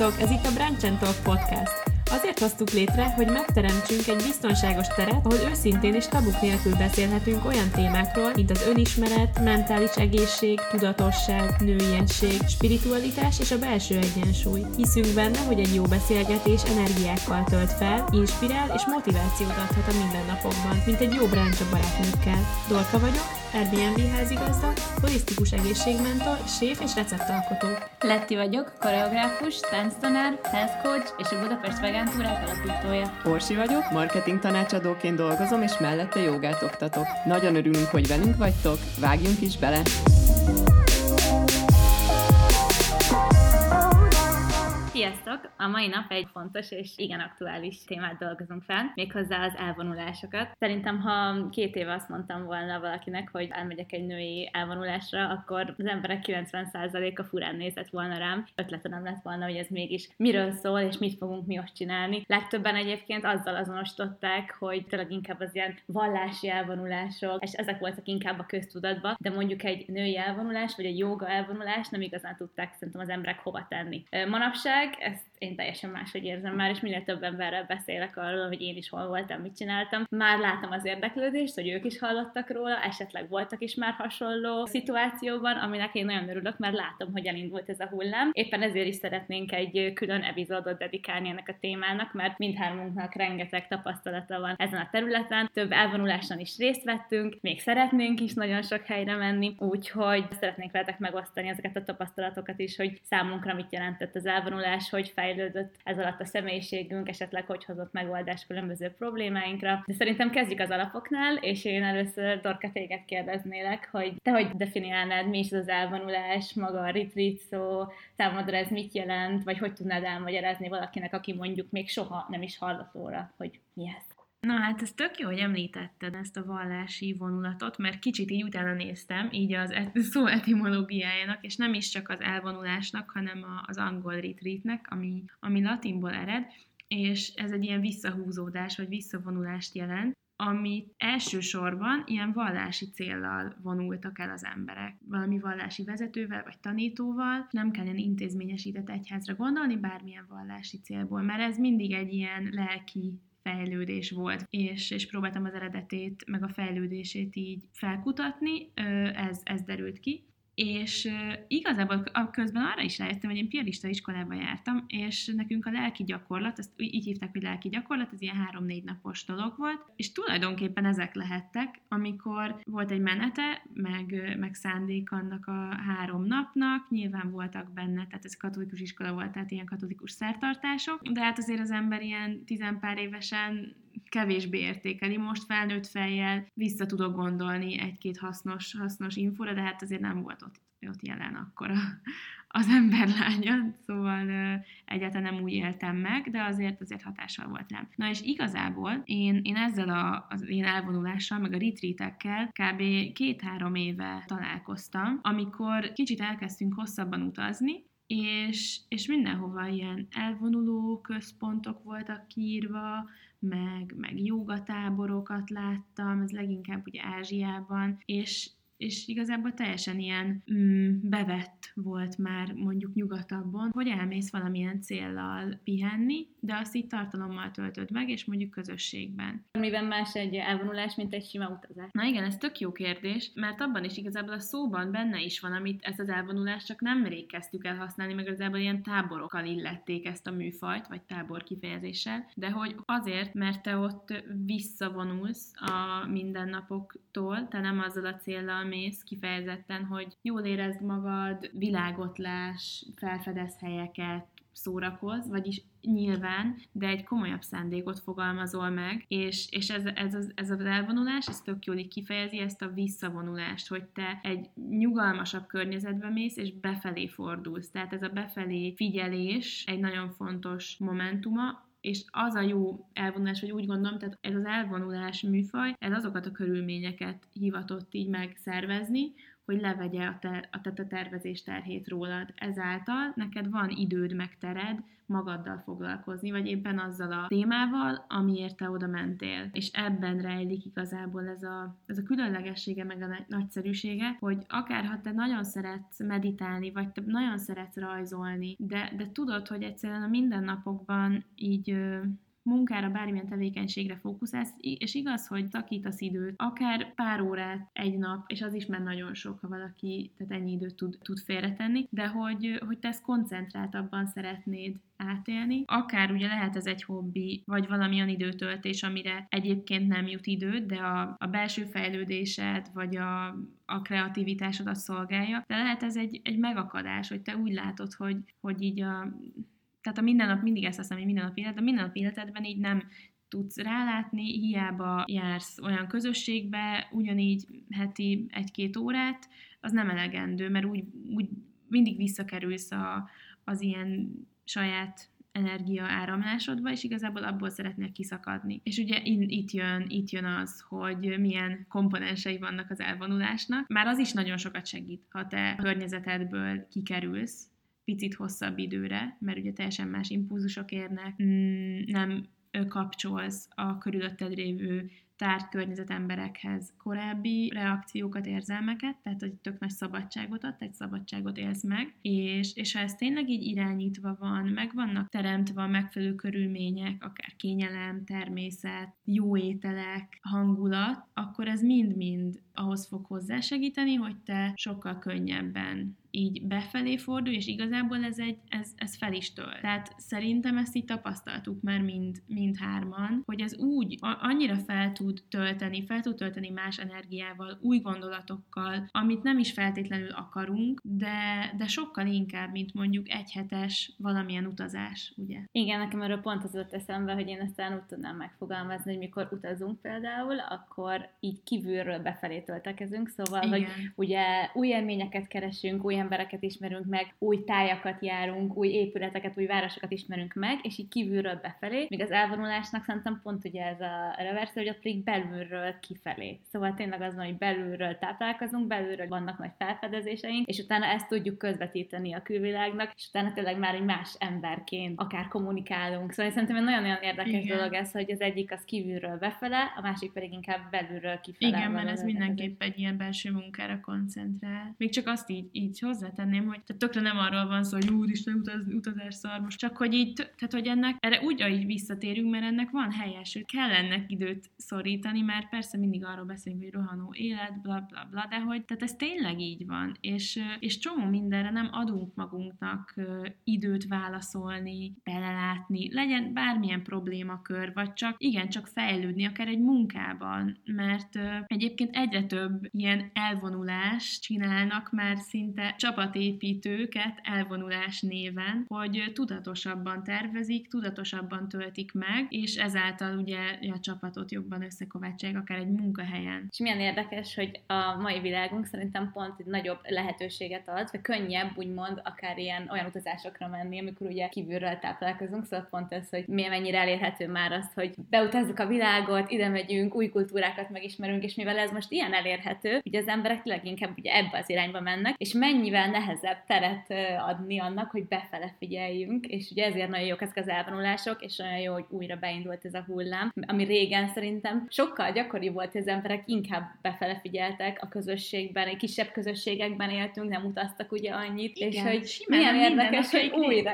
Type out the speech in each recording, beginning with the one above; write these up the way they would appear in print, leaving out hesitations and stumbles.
Sziasztok! Ez itt a Brunch and Talk Podcast. Azért hoztuk létre, hogy megteremtsünk egy biztonságos teret, ahol őszintén és tabuk nélkül beszélhetünk olyan témákról, mint az önismeret, mentális egészség, tudatosság, nőiesség, spiritualitás és a belső egyensúly. Hiszünk benne, hogy egy jó beszélgetés energiákkal tölt fel, inspirál és motivációt adhat a mindennapokban, mint egy jó brunch a barátnőkkel. Dorka vagyok, Airbnb házigazda, holisztikus egészségmentor, séf és receptalkotó. Letti vagyok, koreográfus, tánctanár, health coach és a Budapest Vegán Túrák alapítója. Orsi vagyok, marketing tanácsadóként dolgozom, és mellette jogát oktatok. Nagyon örülünk, hogy velünk vagytok, vágjunk is bele! Sziasztok! A mai nap egy fontos és igen aktuális témát dolgozunk fel, méghozzá az elvonulásokat. Szerintem, ha 2 éve azt mondtam volna valakinek, hogy elmegyek egy női elvonulásra, akkor az emberek 90%-a furán nézett volna rám. Ötlete nem lett volna, hogy ez mégis miről szól, és mit fogunk mi ott csinálni. Legtöbben egyébként azzal azonosították, hogy tényleg inkább az ilyen vallási elvonulások, és ezek voltak inkább a köztudatban, de mondjuk egy női elvonulás, vagy egy jóga elvonulás nem igazán tudták szerintem az emberek hova tenni. Manapság ezt én teljesen máshogy érzem már, és minél több emberrel beszélek arról, hogy én is hol voltam, mit csináltam. Már látom az érdeklődést, hogy ők is hallottak róla, esetleg voltak is már hasonló szituációban, aminek én nagyon örülök, mert látom, hogy elindult ez a hullám. Éppen ezért is szeretnénk egy külön epizódot dedikálni ennek a témának, mert mindhármunknak rengeteg tapasztalata van ezen a területen. Több elvonuláson is részt vettünk, még szeretnénk is nagyon sok helyre menni, úgyhogy szeretnénk veletek megosztani ezeket a tapasztalatokat is, hogy számunkra mit jelentett az elvonulás, hogy fejlődött ez alatt a személyiségünk, esetleg hogy hozott megoldást különböző problémáinkra. De szerintem kezdjük az alapoknál, és én először, Dorka, téged kérdeznélek, hogy te hogy definiálnád, mi is az elvonulás, maga a retreat szó, számodra ez mit jelent, vagy hogy tudnád elmagyarázni valakinek, aki mondjuk még soha nem is hallott róla, hogy mi ez? Na hát ez tök jó, hogy említetted ezt a vallási vonulatot, mert kicsit így utána néztem, így az szó etimológiájának, és nem is csak az elvonulásnak, hanem az angol retreatnek, ami latinból ered, és ez egy ilyen visszahúzódás, vagy visszavonulást jelent, amit elsősorban ilyen vallási céllal vonultak el az emberek. Valami vallási vezetővel, vagy tanítóval, nem kell ilyen intézményesített egyházra gondolni, bármilyen vallási célból, mert ez mindig egy ilyen lelki fejlődés volt, és próbáltam az eredetét, meg a fejlődését így felkutatni, ez derült ki. És igazából közben arra is rájöttem, hogy én piarista iskolában jártam, és nekünk a lelki gyakorlat, ezt így hívták, hogy lelki gyakorlat, ez ilyen 3-4 napos dolog volt, és tulajdonképpen ezek lehettek, amikor volt egy menete, meg szándék annak a 3 napnak, nyilván voltak benne, tehát ez katolikus iskola volt, tehát ilyen katolikus szertartások, de hát azért az ember ilyen 10 pár évesen kevésbé értékeli. Most felnőtt fejjel vissza tudok gondolni 1-2 hasznos infóra, de hát azért nem volt ott jelen akkor az emberlánya, szóval egyáltalán nem úgy éltem meg, de azért hatással volt rám. Na és igazából én ezzel az én elvonulással, meg a retreatekkel kb. 2-3 éve találkoztam, amikor kicsit elkezdtünk hosszabban utazni, és mindenhova ilyen elvonuló központok voltak kiírva, meg jógatáborokat láttam, ez leginkább ugye Ázsiában, és igazából teljesen ilyen bevett volt már mondjuk nyugatabban, hogy elmész valamilyen céllal pihenni, de azt így tartalommal töltöd meg, és mondjuk közösségben. Miben más egy elvonulás, mint egy sima utazás? Na igen, ez tök jó kérdés, mert abban is igazából a szóban benne is van, amit ez az elvonulás csak nemrég kezdtük el használni, meg igazából ilyen táborokkal illették ezt a műfajt, vagy tábor kifejezéssel, de hogy azért, mert te ott visszavonulsz a mindennapoktól, te nem azzal a céllal mész kifejezetten, hogy jól érezd magad, világot láss, felfedez helyeket, szórakozz, vagyis nyilván, de egy komolyabb szándékot fogalmazol meg, és ez az elvonulás, ez tök jól így kifejezi ezt a visszavonulást, hogy te egy nyugalmasabb környezetbe mész, és befelé fordulsz. Tehát ez a befelé figyelés egy nagyon fontos momentuma, és az a jó elvonulás, vagy úgy gondolom, tehát ez az elvonulás műfaj, ez azokat a körülményeket hivatott így megszervezni, hogy levegye a tervezés terhét rólad. Ezáltal neked van időd meg tered magaddal foglalkozni, vagy éppen azzal a témával, amiért te oda mentél. És ebben rejlik igazából ez a különlegessége, meg a nagyszerűsége, hogy akár ha te nagyon szeretsz meditálni, vagy te nagyon szeretsz rajzolni, de tudod, hogy egyszerűen a mindennapokban így munkára, bármilyen tevékenységre fókuszálsz, és igaz, hogy szakítasz időt, akár pár órát egy nap, és az is már nagyon sok, ha valaki tehát ennyi időt tud félretenni, de hogy te ezt koncentráltabban szeretnéd átélni. Akár ugye lehet ez egy hobbi, vagy valamilyen időtöltés, amire egyébként nem jut időd, de a belső fejlődésed, vagy a kreativitásodat szolgálja, de lehet ez egy megakadás, hogy te úgy látod, hogy így tehát a mindennap, mindig ezt hiszem, hogy mindennap élet, de mindennap életedben így nem tudsz rálátni, hiába jársz olyan közösségbe, ugyanígy heti 1-2 órát, az nem elegendő, mert úgy mindig visszakerülsz az ilyen saját energia áramlásodba, és igazából abból szeretnél kiszakadni. És ugye itt jön az, hogy milyen komponensei vannak az elvonulásnak. Már az is nagyon sokat segít, ha te a környezetedből kikerülsz, picit hosszabb időre, mert ugye teljesen más impulzusok érnek, nem kapcsolsz a körülötted lévő tárt környezet emberekhez korábbi reakciókat, érzelmeket, tehát hogy tök nagy szabadságot ad, egy szabadságot élsz meg, és ha ez tényleg így irányítva van, meg vannak teremtve a megfelelő körülmények, akár kényelem, természet, jó ételek, hangulat, akkor ez mind-mind ahhoz fog hozzásegíteni, hogy te sokkal könnyebben így befelé fordul, és igazából ez fel is tölt. Tehát szerintem ezt így tapasztaltuk már mind hárman, hogy ez úgy annyira fel tud tölteni más energiával, új gondolatokkal, amit nem is feltétlenül akarunk, de sokkal inkább, mint mondjuk egyhetes valamilyen utazás, ugye? Igen, nekem erről pont az jutott eszembe, hogy én aztán úgy tudnám megfogalmazni, hogy mikor utazunk például, akkor így kívülről befelé töltekezünk, szóval, igen, hogy ugye új élményeket keresünk, új embereket ismerünk meg, új tájakat járunk, új épületeket, új városokat ismerünk meg, és így kívülről befelé, míg az elvonulásnak szerintem pont ugye ez a reverse, hogy ott pedig belülről kifelé. Szóval tényleg az van, hogy belülről táplálkozunk, belülről vannak nagy felfedezéseink, és utána ezt tudjuk közvetíteni a külvilágnak, és utána tényleg már egy más emberként akár kommunikálunk. Szóval szerintem egy nagyon-nagyon érdekes dolog ez, hogy az egyik az kívülről befele, a másik pedig inkább belülről kifele. Igen, mert ez mindenképp egy ilyen belső munkára koncentrál. Még csak azt így hozzátenném, hogy tökre nem arról van szó, hogy úristen, utazás szar most, csak hogy így, tehát hogy erre úgy visszatérünk, mert ennek van helyes, hogy kell ennek időt szorítani, mert persze mindig arról beszélünk, hogy rohanó élet, bla bla bla, de hogy tehát ez tényleg így van, és csomó mindenre nem adunk magunknak időt válaszolni, belelátni, legyen bármilyen problémakör, vagy csak fejlődni, akár egy munkában, mert egyébként egyre több ilyen elvonulást csinálnak már szinte csapatépítőket elvonulás néven, hogy tudatosabban tervezik, tudatosabban töltik meg, és ezáltal ugye a csapatot jobban összekovácsolják akár egy munkahelyen. És milyen érdekes, hogy a mai világunk szerintem pont egy nagyobb lehetőséget ad, vagy könnyebb úgymond akár olyan utazásokra menni, amikor ugye kívülről táplálkozunk, szóval pont ez, hogy mennyire elérhető már az, hogy beutazzuk a világot, ide megyünk, új kultúrákat megismerünk, és mivel ez most ilyen elérhető, ugye az emberek tényleg inkább ugye ebbe az irányba mennek, és mennyivel nehezebb teret adni annak, hogy befele figyeljünk, és ugye ezért nagyon jók ezek az elvonulások, és olyan jó, hogy újra beindult ez a hullám, ami régen szerintem sokkal gyakoribb volt, hogy az emberek inkább befele figyeltek a közösségben, egy kisebb közösségekben éltünk, nem utaztak ugye annyit, igen, és hogy milyen érdekes, hogy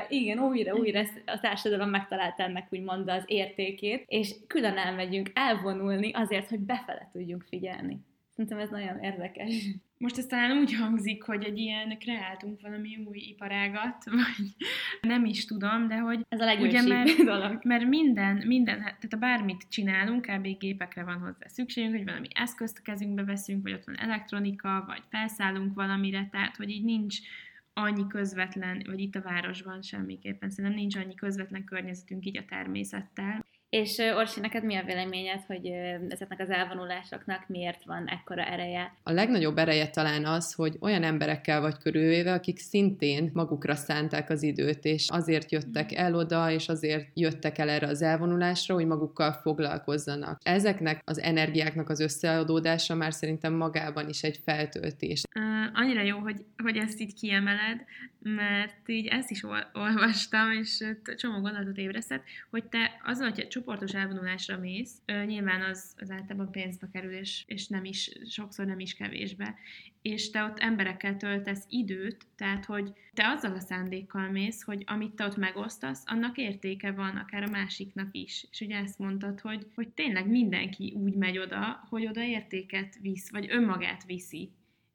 újra a társadalom megtalálta ennek úgymond az értékét, és külön elmegyünk elvonulni azért, hogy befele tudjunk figyelni. Szerintem ez nagyon érdekes. Most ez talán úgy hangzik, hogy kreáltunk valami új iparágat, vagy nem is tudom, de hogy... Ez a legősibb dolog. Mert minden, tehát ha bármit csinálunk, kb. Gépekre van hozzá szükségünk, hogy valami eszközt a kezünkbe veszünk, vagy ott van elektronika, vagy felszállunk valamire, tehát hogy így nincs annyi közvetlen, vagy itt a városban semmiképpen, szerintem nincs annyi közvetlen környezetünk így a természettel. És Orsi, neked mi a véleményed, hogy ezeknek az elvonulásoknak miért van ekkora ereje? A legnagyobb ereje talán az, hogy olyan emberekkel vagy körülvéve, akik szintén magukra szánták az időt, és azért jöttek el oda, és azért jöttek el erre az elvonulásra, hogy magukkal foglalkozzanak. Ezeknek az energiáknak az összeadódása már szerintem magában is egy feltöltés. Annyira jó, hogy ezt így kiemeled, mert így ezt is olvastam, és csomó gondolatot ébresztett, hogy te azzal, hogy csoportos elvonulásra mész, nyilván az általában pénzbe kerül, és nem is, sokszor nem is kevésbe, és te ott emberekkel töltesz időt, tehát, hogy te azzal a szándékkal mész, hogy amit te ott megosztasz, annak értéke van, akár a másiknak is. És ugye ezt mondtad, hogy tényleg mindenki úgy megy oda, hogy oda értéket visz, vagy önmagát viszi.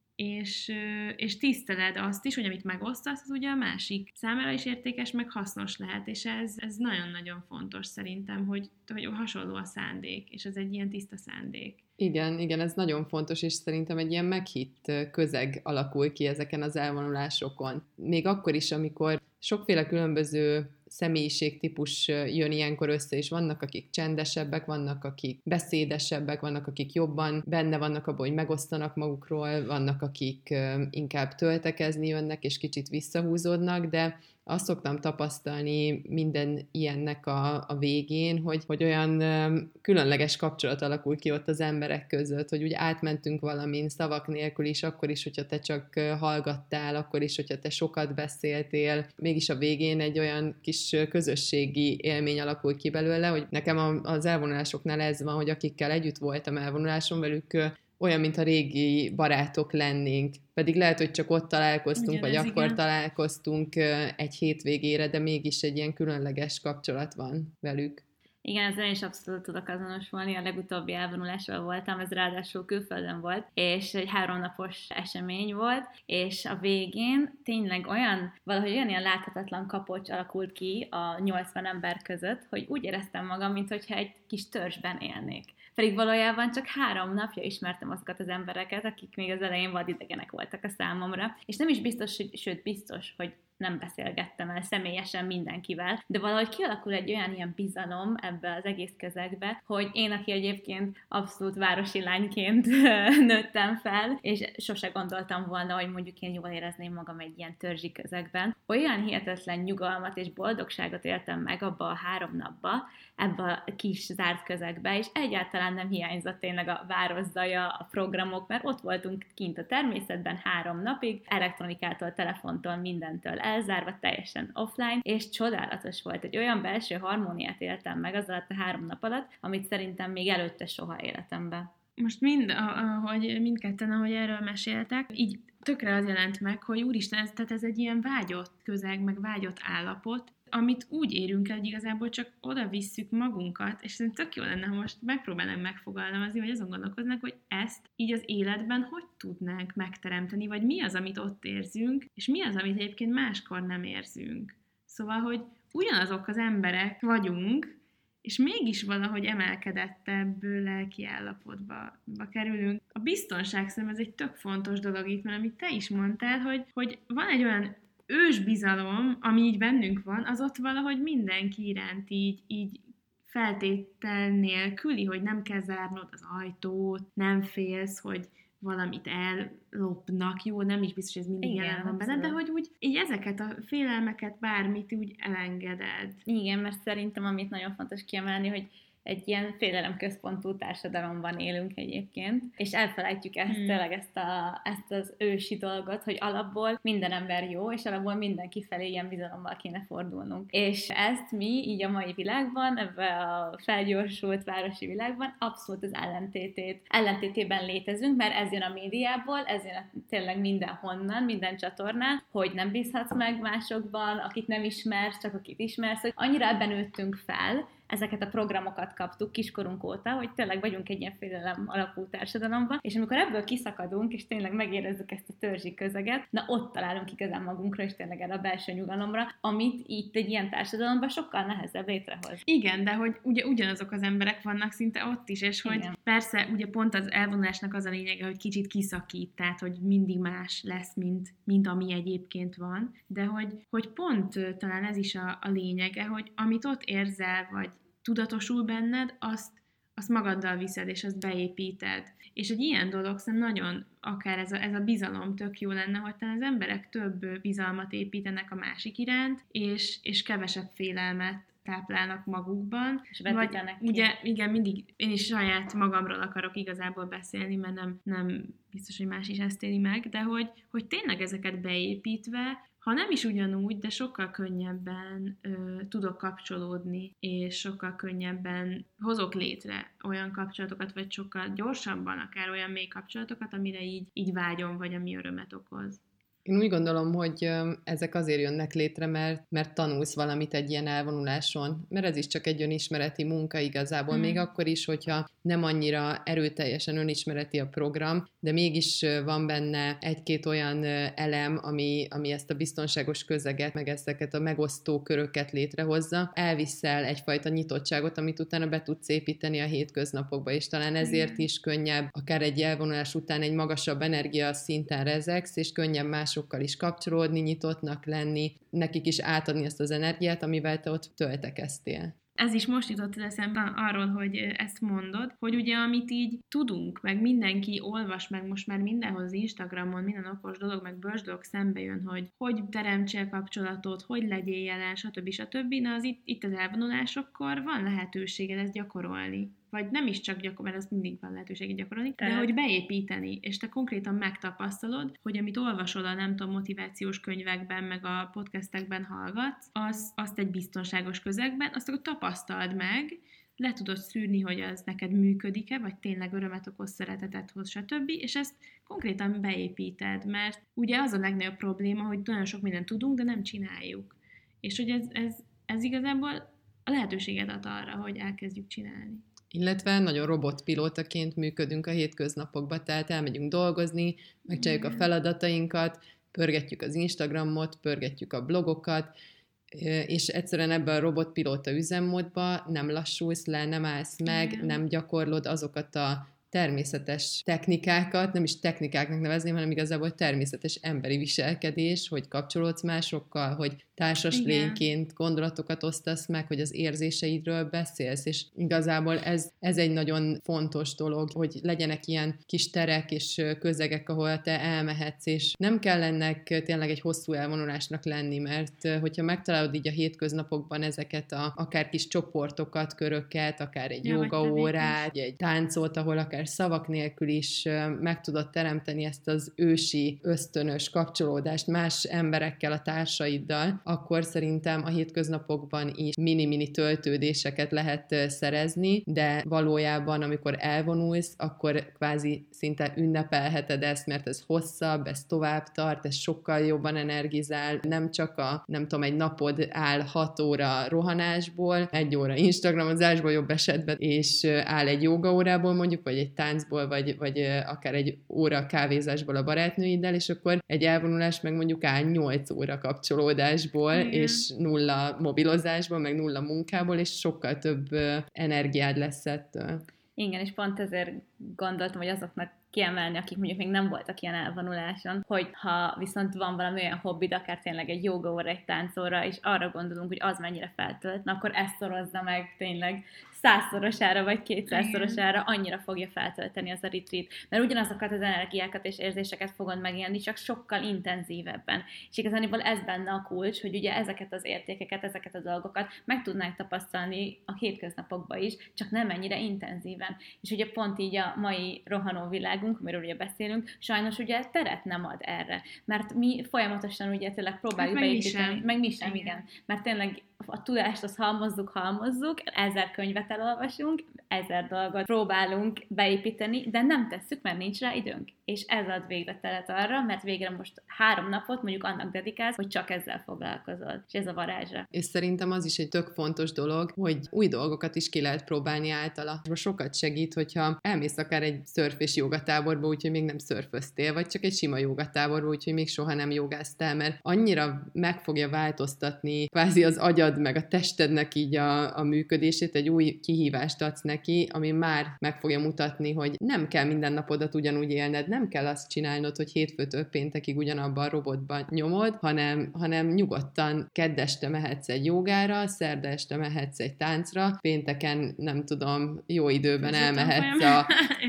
És tiszteled azt is, hogy amit megosztasz, az ugye a másik számára is értékes, meg hasznos lehet, és ez nagyon-nagyon fontos szerintem, hogy hasonló a szándék, és ez egy ilyen tiszta szándék. Igen, ez nagyon fontos, és szerintem egy ilyen meghitt közeg alakul ki ezeken az elvonulásokon. Még akkor is, amikor sokféle különböző személyiségtípus jön ilyenkor össze, és vannak, akik csendesebbek, vannak, akik beszédesebbek, vannak, akik jobban benne vannak abban, hogy megosztanak magukról, vannak, akik inkább töltekezni jönnek, és kicsit visszahúzódnak, de azt szoktam tapasztalni minden ilyennek a végén, hogy olyan különleges kapcsolat alakul ki ott az emberek között, hogy úgy átmentünk valamin szavak nélkül is, akkor is, hogyha te csak hallgattál, akkor is, hogyha te sokat beszéltél, mégis a végén egy olyan kis közösségi élmény alakul ki belőle, hogy nekem az elvonulásoknál ez van, hogy akikkel együtt voltam elvonuláson, velük olyan, mintha régi barátok lennénk. Pedig lehet, hogy csak ott találkoztunk, vagy akkor találkoztunk egy hétvégére, de mégis egy ilyen különleges kapcsolat van velük. Igen, ezzel is abszolút tudok azonosulni. A legutóbbi elvonulásról voltam, ez ráadásul külföldön volt, és egy 3 napos esemény volt, és a végén tényleg valahogy olyan ilyen láthatatlan kapocs alakult ki a 80 ember között, hogy úgy éreztem magam, mintha egy kis törzsben élnék. Pedig valójában csak 3 napja ismertem azokat az embereket, akik még az elején vadidegenek voltak a számomra, és nem is biztos, hogy nem beszélgettem el személyesen mindenkivel, de valahogy kialakul egy olyan ilyen bizalom ebbe az egész közegbe, hogy én, aki egyébként abszolút városi lányként nőttem fel, és sose gondoltam volna, hogy mondjuk én jól érezném magam egy ilyen törzsi közegben. Olyan hihetetlen nyugalmat és boldogságot éltem meg abba a 3 napba, ebbe a kis zárt közegbe, és egyáltalán nem hiányzott tényleg a város zaja, a programok, mert ott voltunk kint a természetben 3 napig, elektronikától, telefontól, mindentől elzárva, teljesen offline, és csodálatos volt. Egy olyan belső harmóniát éltem meg az alatt a 3 nap alatt, amit szerintem még előtte soha életemben. Most mindketten, ahogy erről meséltek, így tökre az jelent meg, hogy úristen, tehát ez egy ilyen vágyott közeg, meg vágyott állapot, amit úgy érünk el, hogy igazából csak oda visszük magunkat, és szerintem tök jó lenne, ha most megpróbálnánk megfogalmazni, vagy azon gondolkoznak, hogy ezt így az életben hogy tudnánk megteremteni, vagy mi az, amit ott érzünk, és mi az, amit egyébként máskor nem érzünk. Szóval, hogy ugyanazok az emberek vagyunk, és mégis valahogy emelkedettebb lelki állapotba kerülünk. A biztonság szerintem ez egy tök fontos dolog itt, mert amit te is mondtál, hogy van egy olyan ősbizalom, ami így bennünk van, az ott valahogy mindenki iránt így feltétel nélküli, hogy nem kell zárnod az ajtót, nem félsz, hogy valamit ellopnak, jó, nem is biztos, hogy ez mindig jelen van benne, de hogy úgy így ezeket a félelmeket, bármit úgy elengeded. Igen, mert szerintem amit nagyon fontos kiemelni, hogy egy ilyen félelemközpontú társadalomban élünk egyébként, és elfelejtjük tényleg ezt az ősi dolgot, hogy alapból minden ember jó, és alapból mindenki felé ilyen bizalommal kéne fordulnunk. És ezt mi így a mai világban, ebben a felgyorsult városi világban abszolút az ellentétében létezünk, mert ez jön a médiából, ez jön tényleg mindenhonnan, minden csatornán, hogy nem bízhatsz meg másokban, akit nem ismersz, csak akit ismersz, hogy annyira ebben nőttünk fel, ezeket a programokat kaptuk kiskorunk óta, hogy tényleg vagyunk egy ilyen félelem alapú társadalomban, és amikor ebből kiszakadunk, és tényleg megérezzük ezt a törzsi közeget, na ott találunk igazán magunkra, és tényleg erre a belső nyugalomra, amit itt egy ilyen társadalomban sokkal nehezebb létrehoz. Igen, de hogy ugye ugyanazok az emberek vannak szinte ott is, és hogy igen. Persze ugye pont az elvonulásnak az a lényege, hogy kicsit kiszakít, tehát hogy mindig más lesz, mint ami egyébként van, de hogy pont talán ez is a lényege, hogy amit ott érzel, vagy tudatosul benned, azt magaddal viszed, és azt beépíted. És egy ilyen dolog szerintem nagyon, akár ez a bizalom tök jó lenne, hogy talán az emberek több bizalmat építenek a másik iránt, és kevesebb félelmet táplálnak magukban. És vetítenek ki. Ugye, igen, mindig én is saját magamról akarok igazából beszélni, mert nem biztos, hogy más is ezt éli meg, de hogy tényleg ezeket beépítve, ha nem is ugyanúgy, de sokkal könnyebben tudok kapcsolódni, és sokkal könnyebben hozok létre olyan kapcsolatokat, vagy sokkal gyorsabban akár olyan mély kapcsolatokat, amire így vágyom, vagy ami örömet okoz. Én úgy gondolom, hogy ezek azért jönnek létre, mert tanulsz valamit egy ilyen elvonuláson, mert ez is csak egy önismereti munka igazából, még akkor is, hogyha nem annyira erőteljesen önismereti a program, de mégis van benne egy-két olyan elem, ami ezt a biztonságos közeget, meg ezeket a megosztó köröket létrehozza, elviszel egyfajta nyitottságot, amit utána be tudsz építeni a hétköznapokba, és talán ezért is könnyebb, akár egy elvonulás után egy magasabb energia szinten rezegsz, és könnyebb másokkal is kapcsolódni, nyitottnak lenni, nekik is átadni ezt az energiát, amivel te ott töltekeztél. Ez is most jutott eszembe arról, hogy ezt mondod, hogy ugye amit így tudunk, meg mindenki olvas, meg most már mindenhol az Instagramon, minden okos dolog, meg bölcs dolog szembe jön, hogy teremtsél kapcsolatot, hogy legyél jelen, stb. Na az itt az elvonulásokkor van lehetőséged ezt gyakorolni. Vagy nem is csak gyakorolni, mert az mindig van lehetőséged gyakorolni, de hogy beépíteni, és te konkrétan megtapasztalod, hogy amit olvasol a nem tudom, motivációs könyvekben, meg a podcastekben hallgatsz, azt egy biztonságos közegben, azt akkor tapasztald meg, le tudod szűrni, hogy az neked működik-e, vagy tényleg örömet okoz, szeretetet hoz, stb. És ezt konkrétan beépíted, mert ugye az a legnagyobb probléma, hogy nagyon sok mindent tudunk, de nem csináljuk. És hogy ez igazából a lehetőséget ad arra, hogy elkezdjük csinálni. Illetve nagyon robotpilótaként működünk a hétköznapokban, tehát elmegyünk dolgozni, megcsináljuk a feladatainkat, pörgetjük az Instagramot, pörgetjük a blogokat, és egyszerűen ebben a robotpilóta üzemmódban nem lassulsz le, nem állsz meg, nem gyakorlod azokat a természetes technikákat, nem is technikáknak nevezném, hanem igazából természetes emberi viselkedés, hogy kapcsolódsz másokkal, hogy társas lényként gondolatokat osztasz meg, hogy az érzéseidről beszélsz, és igazából ez egy nagyon fontos dolog, hogy legyenek ilyen kis terek és közegek, ahol te elmehetsz, és nem kell ennek tényleg egy hosszú elvonulásnak lenni, mert hogyha megtalálod így a hétköznapokban ezeket akár kis csoportokat, köröket, akár egy jogaórát, egy táncot, ahol akár szavak nélkül is meg tudod teremteni ezt az ősi, ösztönös kapcsolódást más emberekkel, a társaiddal, akkor szerintem a hétköznapokban is mini-mini töltődéseket lehet szerezni, de valójában, amikor elvonulsz, akkor kvázi szinte ünnepelheted ezt, mert ez hosszabb, ez tovább tart, ez sokkal jobban energizál, nem csak egy napod áll 6 óra rohanásból, 1 óra instagramozásból jobb esetben, és áll egy jogaórából mondjuk, vagy egy táncból, vagy akár egy óra kávézásból a barátnőiddel, és akkor egy elvonulás meg mondjuk áll 8 óra kapcsolódásból, és 0 mobilozásból, meg 0 munkából, és sokkal több energiád lesz ettől. Igen, és pont ezért gondoltam, hogy azoknak kiemelni, akik mondjuk még nem voltak ilyen elvonuláson, hogy ha viszont van valami olyan hobbid, akár tényleg egy jogaóra, egy táncóra, és arra gondolunk, hogy az mennyire feltölt, na akkor ezt szorozza meg tényleg 100-szorosára vagy 200-szorosára, annyira fogja feltölteni az a retreat. Mert ugyanazokat az energiákat és érzéseket fogod megélni, csak sokkal intenzívebben. És igazából ez benne a kulcs, hogy ugye ezeket az értékeket, ezeket a dolgokat meg tudnánk tapasztalni a hétköznapokban is, csak nem ennyire intenzíven. És ugye pont így a mai rohanó világunk, amiről ugye beszélünk, sajnos ugye teret nem ad erre. Mert mi folyamatosan ugye tényleg próbáljuk beépíteni. Meg mi sem, igen. Mert tényleg a tudást azt halmozzuk, 1000 könyvet elolvasunk, 1000 dolgot próbálunk beépíteni, de nem tesszük, mert nincs rá időnk. És ez ad végre teret arra, mert végre most 3 napot mondjuk annak dedikálsz, hogy csak ezzel foglalkozol. És ez a varázsa. És szerintem az is egy tök fontos dolog, hogy új dolgokat is ki lehet próbálni általa. Sokat segít, hogyha elmész akár egy szörf és jogatáborba, úgyhogy még nem szörföztél, vagy csak egy sima jogatáborba, úgyhogy még soha nem jogáztál, mert annyira meg fogja változtatni kvázi az agyad agyad, meg a testednek így a működését, egy új kihívást adsz neki, ami már meg fogja mutatni, hogy nem kell minden napodat ugyanúgy élned, nem kell azt csinálnod, hogy hétfőtől péntekig ugyanabban a robotban nyomod, hanem nyugodtan kedd este mehetsz egy jogára, szerda este mehetsz egy táncra, pénteken, nem tudom, jó időben elmehetsz a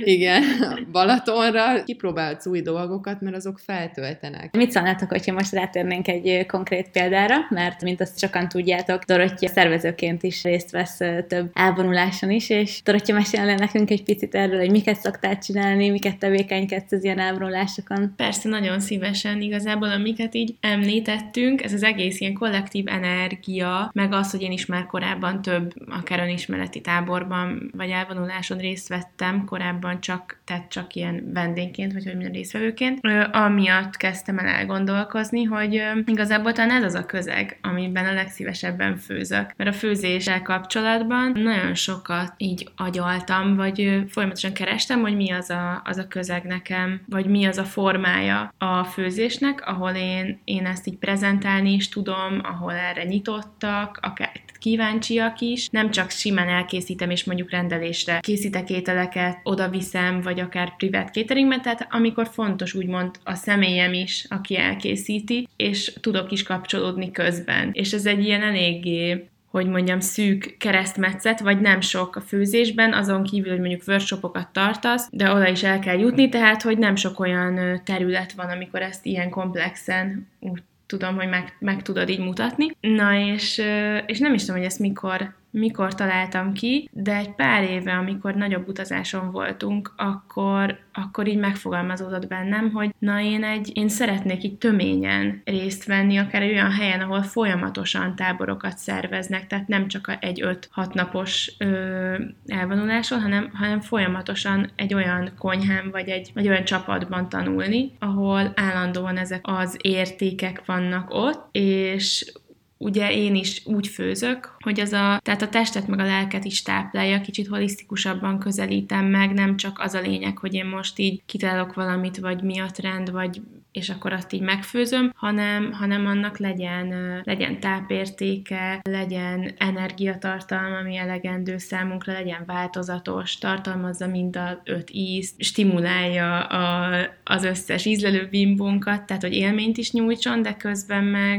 Balatonra, kipróbálsz új dolgokat, mert azok feltöltenek. Mit szólnátok, hogyha most rátérnénk egy konkrét példára, mert mint azt sokan tudjátok, Dorottya szervezőként is részt vesz több elvonuláson is, és Dorottya, mesélne nekünk egy picit erről, hogy miket szoktál csinálni, miket tevékenykedsz az ilyen elvonulásokon? Persze, nagyon szívesen. Igazából, amiket így említettünk, ez az egész ilyen kollektív energia, meg az, hogy én is már korábban több, akár önismereti táborban, vagy elvonuláson részt vettem, korábban csak ilyen vendégként, vagy hogy minden résztvevőként, amiatt kezdtem el elgondolkozni, hogy igazából talán ez az a közeg, amiben a legszívesebben főzök. Mert a főzéssel kapcsolatban nagyon sokat így agyaltam, vagy folyamatosan kerestem, hogy mi az a közeg nekem, vagy mi az a formája a főzésnek, ahol én ezt így prezentálni is tudom, ahol erre nyitottak, akár kíváncsiak is, nem csak simán elkészítem, és mondjuk rendelésre készítek ételeket, oda viszem, vagy akár privát cateringben, tehát amikor fontos úgymond a személyem is, aki elkészíti, és tudok is kapcsolódni közben. És ez egy ilyen eléggé, hogy mondjam, szűk keresztmetszet, vagy nem sok a főzésben, azon kívül, hogy mondjuk workshopokat tartasz, de oda is el kell jutni, tehát, hogy nem sok olyan terület van, amikor ezt ilyen komplexen úgy tudom, hogy meg tudod így mutatni. Na, és nem is tudom, hogy ezt mikor találtam ki, de egy pár éve, amikor nagyobb utazáson voltunk, akkor így megfogalmazódott bennem, hogy na én szeretnék így töményen részt venni, akár egy olyan helyen, ahol folyamatosan táborokat szerveznek, tehát nem csak egy 5-6 napos elvonuláson, hanem folyamatosan egy olyan konyhán, vagy egy olyan csapatban tanulni, ahol állandóan ezek az értékek vannak ott, és ugye én is úgy főzök, hogy tehát a testet meg a lelket is táplálja, kicsit holisztikusabban közelítem meg, nem csak az a lényeg, hogy én most így kitalálok valamit, vagy mi a trend, és akkor azt így megfőzöm, hanem annak legyen tápértéke, legyen energiatartalma, ami elegendő számunkra, legyen változatos, tartalmazza mind a 5 ízt, stimulálja az összes ízlelő bimbónkat, tehát hogy élményt is nyújtson, de közben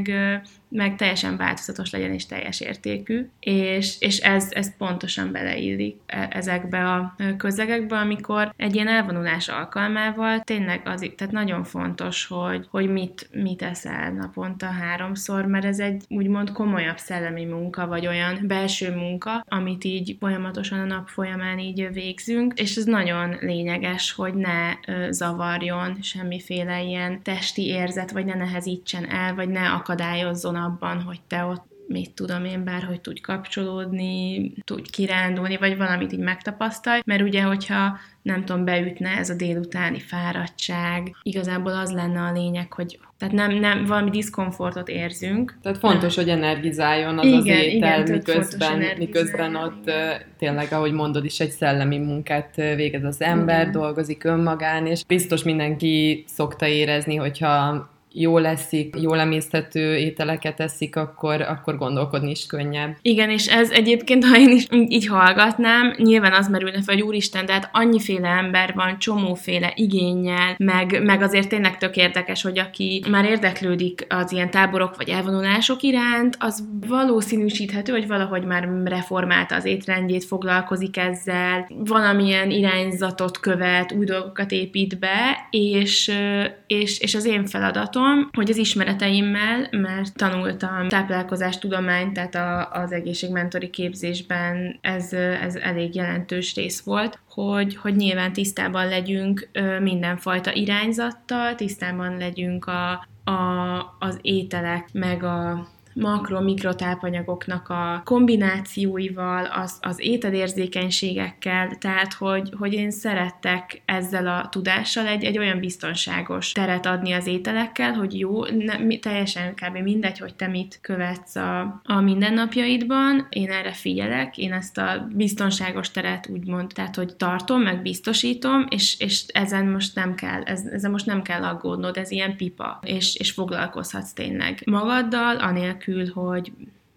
meg teljesen változatos legyen és teljes értékű, és ez pontosan beleillik ezekbe a közegekbe, amikor egy ilyen elvonulás alkalmával tényleg tehát nagyon fontos, hogy mit eszel naponta 3-szor, mert ez egy úgymond komolyabb szellemi munka, vagy olyan belső munka, amit így folyamatosan a nap folyamán így végzünk, és ez nagyon lényeges, hogy ne zavarjon semmiféle ilyen testi érzet, vagy ne nehezítsen el, vagy ne akadályozzon abban, hogy te ott mit tudom én, bárhogy tudj kapcsolódni, tudj kirándulni, vagy valamit így megtapasztalj, mert ugye, hogyha nem tudom, beütne ez a délutáni fáradtság, igazából az lenne a lényeg, hogy tehát nem valami diszkomfortot érzünk. Tehát fontos, hogy energizáljon az étel, miközben ott tényleg, ahogy mondod is, egy szellemi munkát végez az ember, dolgozik önmagán, és biztos mindenki szokta érezni, hogyha jól eszik, jól emészthető ételeket eszik, akkor gondolkodni is könnyebb. Igen, és ez egyébként, ha én is így hallgatnám, nyilván az merülne fel, hogy úristen, de hát annyiféle ember van, csomóféle igénnyel, meg azért tényleg tök érdekes, hogy aki már érdeklődik az ilyen táborok vagy elvonulások iránt, az valószínűsíthető, hogy valahogy már reformálta az étrendjét, foglalkozik ezzel, valamilyen irányzatot követ, új dolgokat épít be, és az én feladatom, hogy az ismereteimmel, mert tanultam táplálkozástudományt, tehát az egészségmentori képzésben ez elég jelentős rész volt, hogy nyilván tisztában legyünk mindenfajta irányzattal, tisztában legyünk az ételek, meg a makro-mikrotápanyagoknak a kombinációival, az ételérzékenységekkel, tehát hogy én szerettek ezzel a tudással egy olyan biztonságos teret adni az ételekkel, hogy jó, teljesen kb. Mindegy, hogy te mit követsz a mindennapjaidban, én erre figyelek, én ezt a biztonságos teret úgymond, tehát hogy tartom, meg biztosítom, és ezen most nem kell aggódnod, ez ilyen pipa, és foglalkozhatsz tényleg magaddal, anélkül, hogy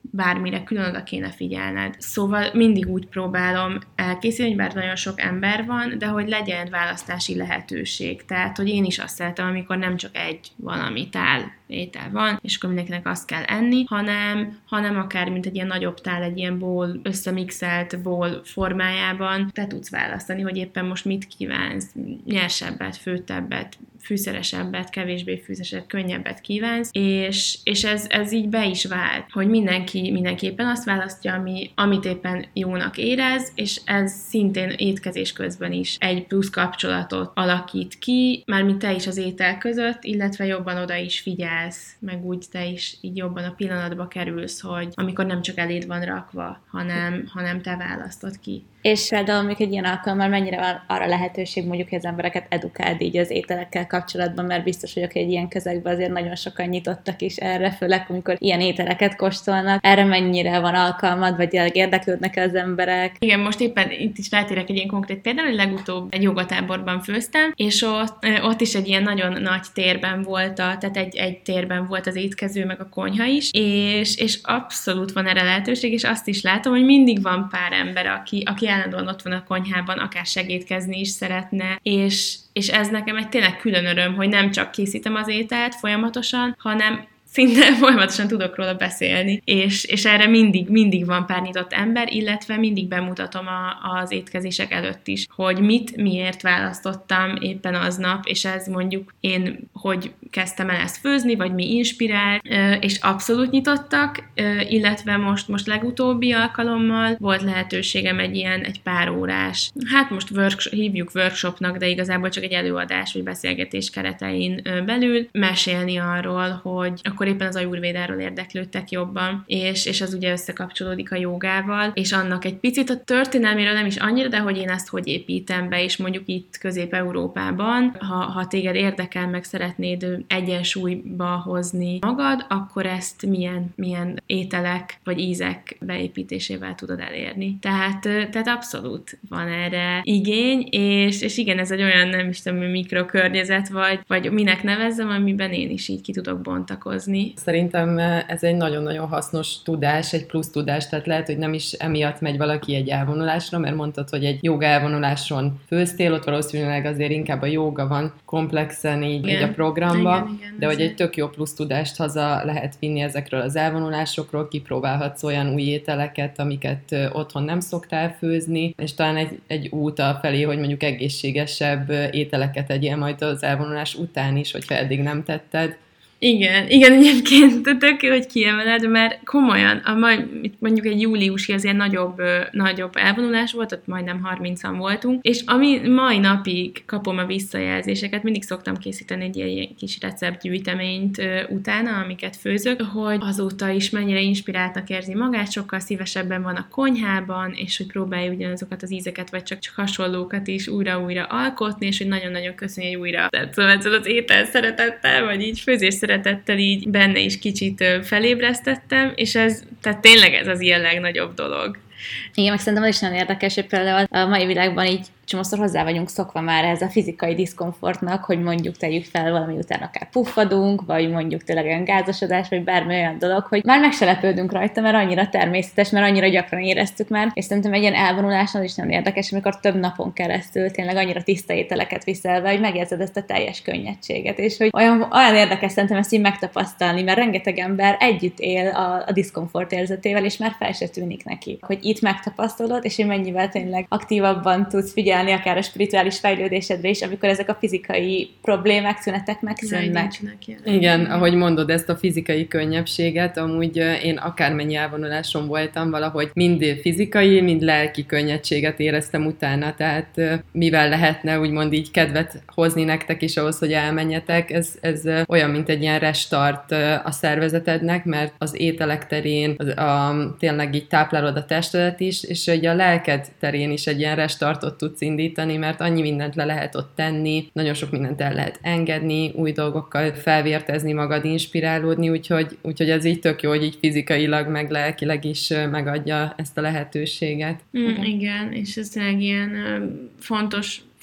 bármire külön oda kéne figyelned. Szóval mindig úgy próbálom elkészíteni, hogy bár nagyon sok ember van, de hogy legyen választási lehetőség. Tehát, hogy én is azt szeretem, amikor nem csak egy valami étel van, és akkor mindenkinek azt kell enni, hanem akár mint egy ilyen nagyobb tál, egy ilyen bowl, összemixelt bowl formájában te tudsz választani, hogy éppen most mit kívánsz, nyersebbet, főttebbet, fűszeresebbet, kevésbé fűszeresebbet, könnyebbet kívánsz, és ez így be is vált, hogy mindenképpen azt választja, amit éppen jónak érez, és ez szintén étkezés közben is egy plusz kapcsolatot alakít ki, mármint te is az étel között, illetve jobban oda is figyelsz, meg úgy te is így jobban a pillanatba kerülsz, hogy amikor nem csak eléd van rakva, hanem te választod ki. És például még egy ilyen alkalommal mennyire van arra lehetőség, mondjuk, hogy az embereket edukáld így az ételekkel kapcsolatban, mert biztos vagyok, hogy egy ilyen közegben azért nagyon sokan nyitottak is erre, főleg amikor ilyen ételeket kóstolnak. Erre mennyire van alkalmad, vagy érdeklődnek az emberek? Igen, most éppen itt is rátérek egy ilyen konkrét például, hogy legutóbb egy jogatáborban főztem, és ott is egy ilyen nagyon nagy térben volt, tehát egy térben volt az étkező, meg a konyha is, és abszolút van erre lehetőség, és azt is látom, hogy mindig van pár ember, aki állandóan ott van a konyhában, akár segítkezni is szeretne, és ez nekem egy tényleg külön öröm, hogy nem csak készítem az ételt folyamatosan, hanem szinte folyamatosan tudok róla beszélni, és erre mindig van pár nyitott ember, illetve mindig bemutatom az étkezések előtt is, hogy miért választottam éppen aznap, és ez mondjuk én, hogy kezdtem el ezt főzni, vagy mi inspirál, és abszolút nyitottak, illetve most legutóbbi alkalommal volt lehetőségem egy pár órás, hát most hívjuk workshopnak, de igazából csak egy előadás, vagy beszélgetés keretein belül mesélni arról, hogy akkor éppen az ajurvédáról érdeklődtek jobban, és az ugye összekapcsolódik a jogával, és annak egy picit a történelméről nem is annyira, de hogy én ezt hogy építem be, és mondjuk itt Közép-Európában, ha téged érdekel, meg szeretnéd egyensúlyba hozni magad, akkor ezt milyen ételek vagy ízek beépítésével tudod elérni. Tehát abszolút van erre igény, és igen, ez egy olyan, nem is tudom, mikrokörnyezet, vagy minek nevezzem, amiben én is így ki tudok bontakozni. Szerintem ez egy nagyon-nagyon hasznos tudás, egy plusz tudás, tehát lehet, hogy nem is emiatt megy valaki egy elvonulásra, mert mondtad, hogy egy jóga elvonuláson főztél, ott valószínűleg azért inkább a jóga van komplexen így a programba, igen, de hogy egy tök jó plusz tudást haza lehet vinni ezekről az elvonulásokról, kipróbálhatsz olyan új ételeket, amiket otthon nem szoktál főzni, és talán egy út felé, hogy mondjuk egészségesebb ételeket egyél majd az elvonulás után is, hogyha eddig nem tetted. Igen, egyébként tök jó, hogy kiemeled, mert komolyan, mondjuk egy júliusi azért nagyobb elvonulás volt, ott majdnem 30-an voltunk, és ami mai napig kapom a visszajelzéseket, mindig szoktam készíteni egy ilyen kis receptgyűjteményt utána, amiket főzök, hogy azóta is mennyire inspiráltnak érzi magát, sokkal szívesebben van a konyhában, és hogy próbálja ugyanazokat az ízeket, vagy csak hasonlókat is újra-újra alkotni, és hogy nagyon-nagyon köszönjük, hogy újra szóval az étel szeretettel, vagy így főzés szeretettel így benne is kicsit felébresztettem, és tehát tényleg ez az ilyen legnagyobb dolog. Igen, meg szerintem az is nagyon érdekes, hogy például a mai világban így csomószor hozzá vagyunk szokva már ez a fizikai diszkomfortnak, hogy mondjuk tegyük fel valami után akár puffadunk, vagy mondjuk tényleg olyan gázosodás, vagy bármi olyan dolog, hogy már meg se lepődünk rajta, mert annyira természetes, mert annyira gyakran éreztük már, és szerintem egy ilyen elvonulásnál is nagyon érdekes, amikor több napon keresztül tényleg annyira tiszta ételeket viszel be, hogy megérzed ezt a teljes könnyedséget, és hogy olyan érdekes szerintem ezt így megtapasztalni, mert rengeteg ember együtt él a diszkomfort érzetével, és már fel se tűnik neki, hogy itt megtapasztalod, és hogy mennyivel tényleg aktívabban tudsz figyelni akár a spirituális fejlődésedre is, amikor ezek a fizikai problémák, szünetek megszűnnek. Igen, ahogy mondod, ezt a fizikai könnyebbséget, amúgy én akármennyi elvonuláson voltam, valahogy mind fizikai, mind lelki könnyedséget éreztem utána, tehát mivel lehetne úgymond így kedvet hozni nektek is ahhoz, hogy elmenjetek, ez olyan, mint egy ilyen restart a szervezetednek, mert az ételek terén tényleg így táplálod a testedet is, és hogy a lelked terén is egy ilyen restartot tudsz indítani, mert annyi mindent le lehet ott tenni, nagyon sok mindent el lehet engedni, új dolgokkal felvértezni magad, inspirálódni, úgyhogy ez így tök jó, hogy így fizikailag, meg lelkileg is megadja ezt a lehetőséget. Igen, és ez tényleg ilyen fontos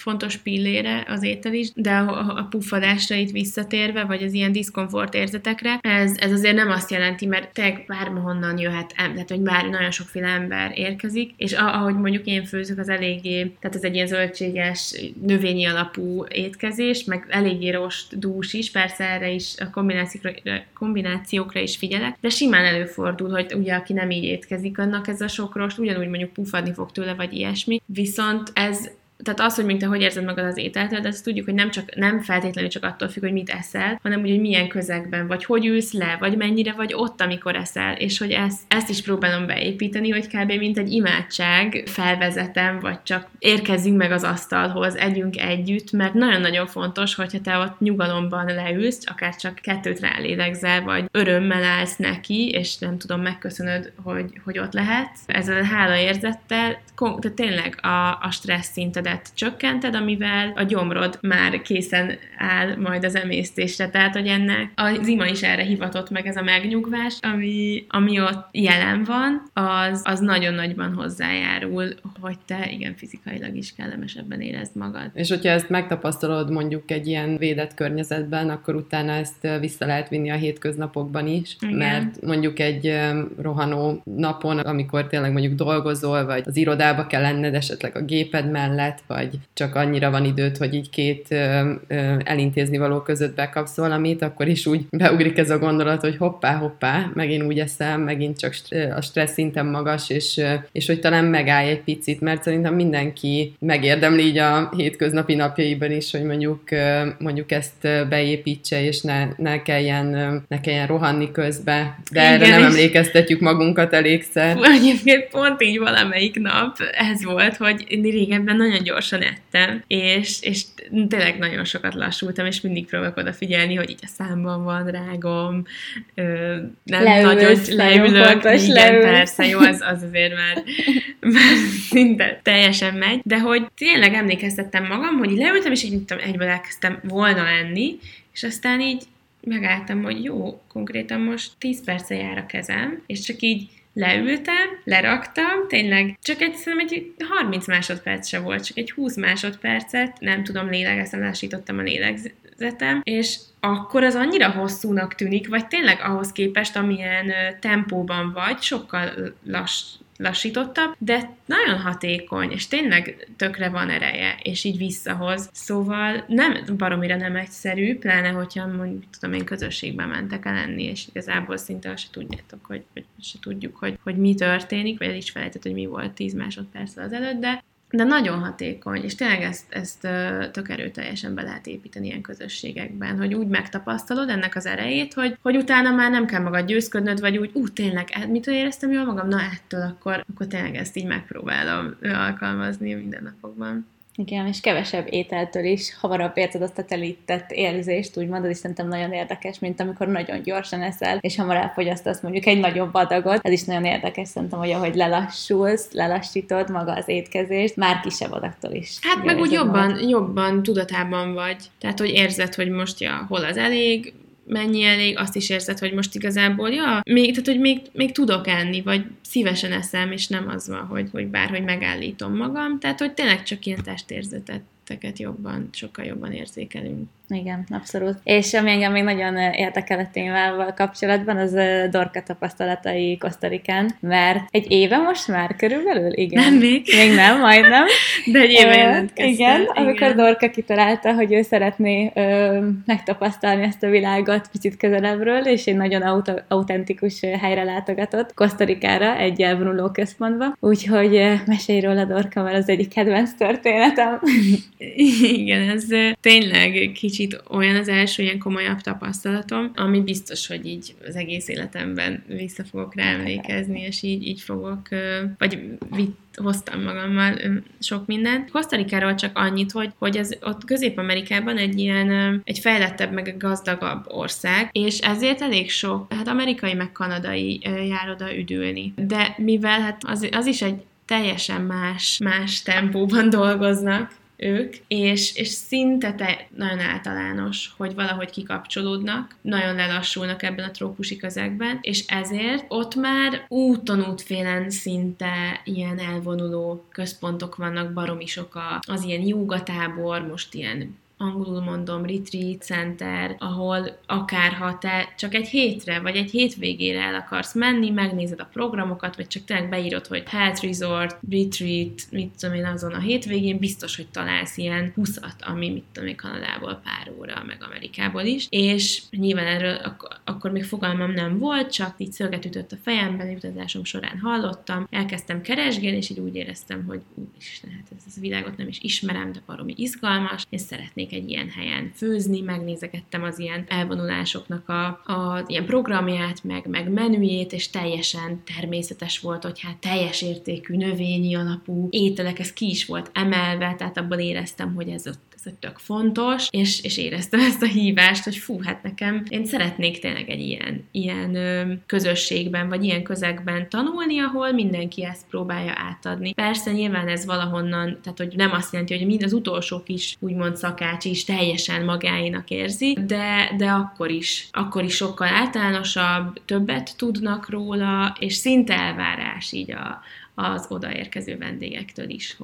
fontos pillére az étel is, de a puffadásra itt visszatérve, vagy az ilyen diszkomfort érzetekre, ez azért nem azt jelenti, mert tényleg bárhonnan jöhet, tehát hogy bár nagyon sokféle ember érkezik, és ahogy mondjuk én főzök, az eléggé, tehát ez egy ilyen zöldséges, növényi alapú étkezés, meg eléggé rost, dús is, persze erre is a kombinációkra is figyelek, de simán előfordul, hogy ugye aki nem így étkezik, annak ez a sok rost ugyanúgy mondjuk puffadni fog tőle, vagy ilyesmi, viszont tehát az, hogy mondjuk te hogy érzed magad az ételtől, de azt tudjuk, hogy nem feltétlenül csak attól függ, hogy mit eszel, hanem úgy, hogy milyen közegben, vagy hogy ülsz le, vagy mennyire vagy ott, amikor eszel, és hogy ezt is próbálom beépíteni, hogy kb. Mint egy imádság felvezetem, vagy csak érkezzünk meg az asztalhoz, együnk együtt, mert nagyon-nagyon fontos, hogyha te ott nyugalomban leülsz, akár csak 2 rálélegzel, vagy örömmel állsz neki, és nem tudom, megköszönöd, hogy ott lehetsz. Ezzel a hálaérzettel, tehát tényleg a stressz szinted csökkented, amivel a gyomrod már készen áll majd az emésztésre. Tehát, hogy ennek az ima is erre hivatott meg, ez a megnyugvás, ami ott jelen van, az nagyon nagyban hozzájárul, hogy te igen fizikailag is kellemesebben érezd magad. És hogyha ezt megtapasztalod mondjuk egy ilyen védett környezetben, akkor utána ezt vissza lehet vinni a hétköznapokban is, igen. Mert mondjuk egy rohanó napon, amikor tényleg mondjuk dolgozol, vagy az irodába kell lenned esetleg a géped mellett, vagy csak annyira van időd, hogy így 2 elintézni való között bekapsz valamit, akkor is úgy beugrik ez a gondolat, hogy hoppá, megint úgy eszem, megint csak a stressz szinten magas, és hogy talán megállj egy picit, mert szerintem mindenki megérdemli így a hétköznapi napjaiban is, hogy mondjuk ezt beépítse, és ne kelljen rohanni közbe, de igen, erre nem emlékeztetjük magunkat elégszer. Egyébként pont így valamelyik nap ez volt, hogy régebben nagyon gyorsan ettem, és tényleg nagyon sokat lassultam, és mindig próbálok odafigyelni, hogy így a számban van rágom, nem nagyon leülök, igen, persze, jó, az azért már szinte teljesen megy, de hogy tényleg emlékeztettem magam, hogy így leültem, és így egyből elkezdtem volna enni, és aztán így megálltam, hogy jó, konkrétan most 10 perce jár a kezem, és csak így leültem, leraktam, tényleg csak szerintem egy 30 másodperc se volt, csak egy 20 másodpercet, nem tudom, lélegeztem, lassítottam a lélegzetem, és akkor az annyira hosszúnak tűnik, vagy tényleg ahhoz képest, amilyen tempóban vagy, sokkal lassítottabb, de nagyon hatékony, és tényleg tökre van ereje, és így visszahoz. Szóval baromira nem egyszerű, pláne, hogyha mondjuk, tudom én, közösségben mentek el enni, és igazából szinte azt se tudjátok, hogy se tudjuk, hogy mi történik, vagy el is felejtett, hogy mi volt 10 másodperccel azelőtt, de nagyon hatékony, és tényleg ezt tök erőteljesen be lehet építeni ilyen közösségekben, hogy úgy megtapasztalod ennek az erejét, hogy utána már nem kell magad győzködnöd, vagy úgy, tényleg, mitől éreztem jól magam? Na ettől akkor tényleg ezt így megpróbálom alkalmazni a mindennapokban. Igen, és kevesebb ételtől is hamarabb érzed azt a telített érzést, úgymond, ez is szerintem nagyon érdekes, mint amikor nagyon gyorsan eszel, és hamar elfogyasztasz mondjuk egy nagyobb adagot. Ez is nagyon érdekes szerintem, hogy ahogy lelassítod maga az étkezést, már kisebb adagtól is. Hát meg úgy jobban tudatában vagy. Tehát, hogy érzed, hogy most hol az elég, mennyi elég, azt is érzed, hogy most igazából, még tudok enni, vagy szívesen eszem, és nem az van, hogy bárhogy megállítom magam. Tehát, hogy tényleg csak ilyen testérzeteket sokkal jobban érzékelünk. Igen, abszolút. És ami engem még nagyon érdekel a témával kapcsolatban, az Dorka tapasztalatai Costa Ricán, mert egy éve most már körülbelül? Igen. Nem még. Még nem, majdnem. De egy éve jelentkeztem. Igen, amikor Dorka kitalálta, hogy ő szeretné megtapasztalni ezt a világot picit közelebbről, és egy nagyon autentikus helyre látogatott, Costa Ricára, egy elvonuló központba. Úgyhogy mesélj róla, Dorka, mert az egyik kedvenc történetem. Igen, ez tényleg kicsit olyan az első ilyen komolyabb tapasztalatom, ami biztos, hogy így az egész életemben vissza fogok rá emlékezni, és így fogok, vagy hoztam magammal sok mindent. Costa Ricáról csak annyit, hogy ez ott Közép-Amerikában egy fejlettebb, meg gazdagabb ország, és ezért elég sok, amerikai meg kanadai jár oda üdülni. De mivel az is egy teljesen más tempóban dolgoznak, ők, és szinte nagyon általános, hogy valahogy kikapcsolódnak, nagyon lelassulnak ebben a trópusi közegben, és ezért ott már úton útfélen szinte ilyen elvonuló központok vannak, baromi sok az ilyen jógatábor, most ilyen angolul mondom, retreat center, ahol akár ha te csak egy hétre, vagy egy hétvégére el akarsz menni, megnézed a programokat, vagy csak tényleg beírod, hogy health resort, retreat, mit tudom én, azon a hétvégén biztos, hogy találsz ilyen 20-at, ami mit tudom én, Kanadából pár óra, meg Amerikából is, és nyilván erről akkor még fogalmam nem volt, csak így szöget ütött a fejemben, utazásom során hallottam, elkezdtem keresgélni, és így úgy éreztem, hogy úristen, hát ez a világot nem is ismerem, de baromi izgalmas, és szeretnék egy ilyen helyen főzni, megnézegettem az ilyen elvonulásoknak a ilyen programját, meg menüjét, és teljesen természetes volt, hogy hát teljes értékű, növényi alapú ételek, ez ki is volt emelve, tehát abban éreztem, hogy ez tök fontos, és éreztem ezt a hívást, hogy fú, hát nekem, én szeretnék tényleg egy ilyen közösségben, vagy ilyen közegben tanulni, ahol mindenki ezt próbálja átadni. Persze nyilván ez valahonnan, tehát hogy nem azt jelenti, hogy mind az utolsók is, úgymond szakács is teljesen magáénak érzi, de akkor is sokkal általánosabb, többet tudnak róla, és szinte elvárás így az odaérkező vendégektől is,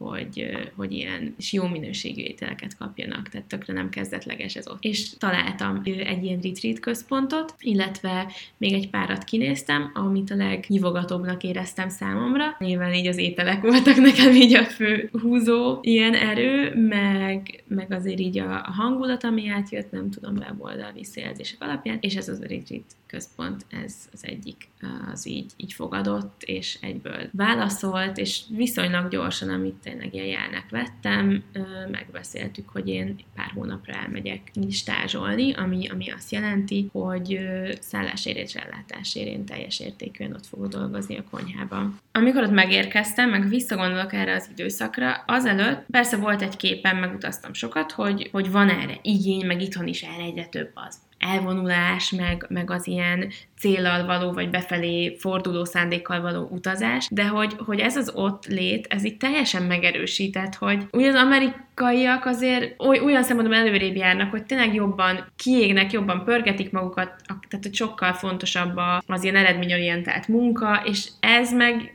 hogy ilyen és jó minőségű ételeket kapjanak, tehát tökre nem kezdetleges ez ott. És találtam egy ilyen retreat központot, illetve még egy párat kinéztem, amit a leghívogatóbbnak éreztem számomra. Nyilván így az ételek voltak nekem így a fő húzó ilyen erő, meg azért így a hangulat, ami átjött, nem tudom, weboldal visszajelzések alapján, és ez az a retreat központ, ez az egyik, az így fogadott, és egyből válaszolt, és viszonylag gyorsan, amit tényleg ilyen jelnek vettem, megbeszéltük, hogy én pár hónapra elmegyek stázsolni, ami azt jelenti, hogy szállásért és ellátásért én teljes értékűen ott fogok dolgozni a konyhában. Amikor ott megérkeztem, meg visszagondolok erre az időszakra, azelőtt persze volt egy képem, megutaztam sokat, hogy van erre igény, meg itthon is erre egyre több az elvonulás, meg az ilyen céllal való, vagy befelé forduló szándékkal való utazás, de hogy ez az ott lét, ez itt teljesen megerősített, hogy ugye az amerikaiak azért olyan szempontból előrébb járnak, hogy tényleg jobban kiégnek, jobban pörgetik magukat, tehát hogy sokkal fontosabb az ilyen eredményorientált munka, és ez meg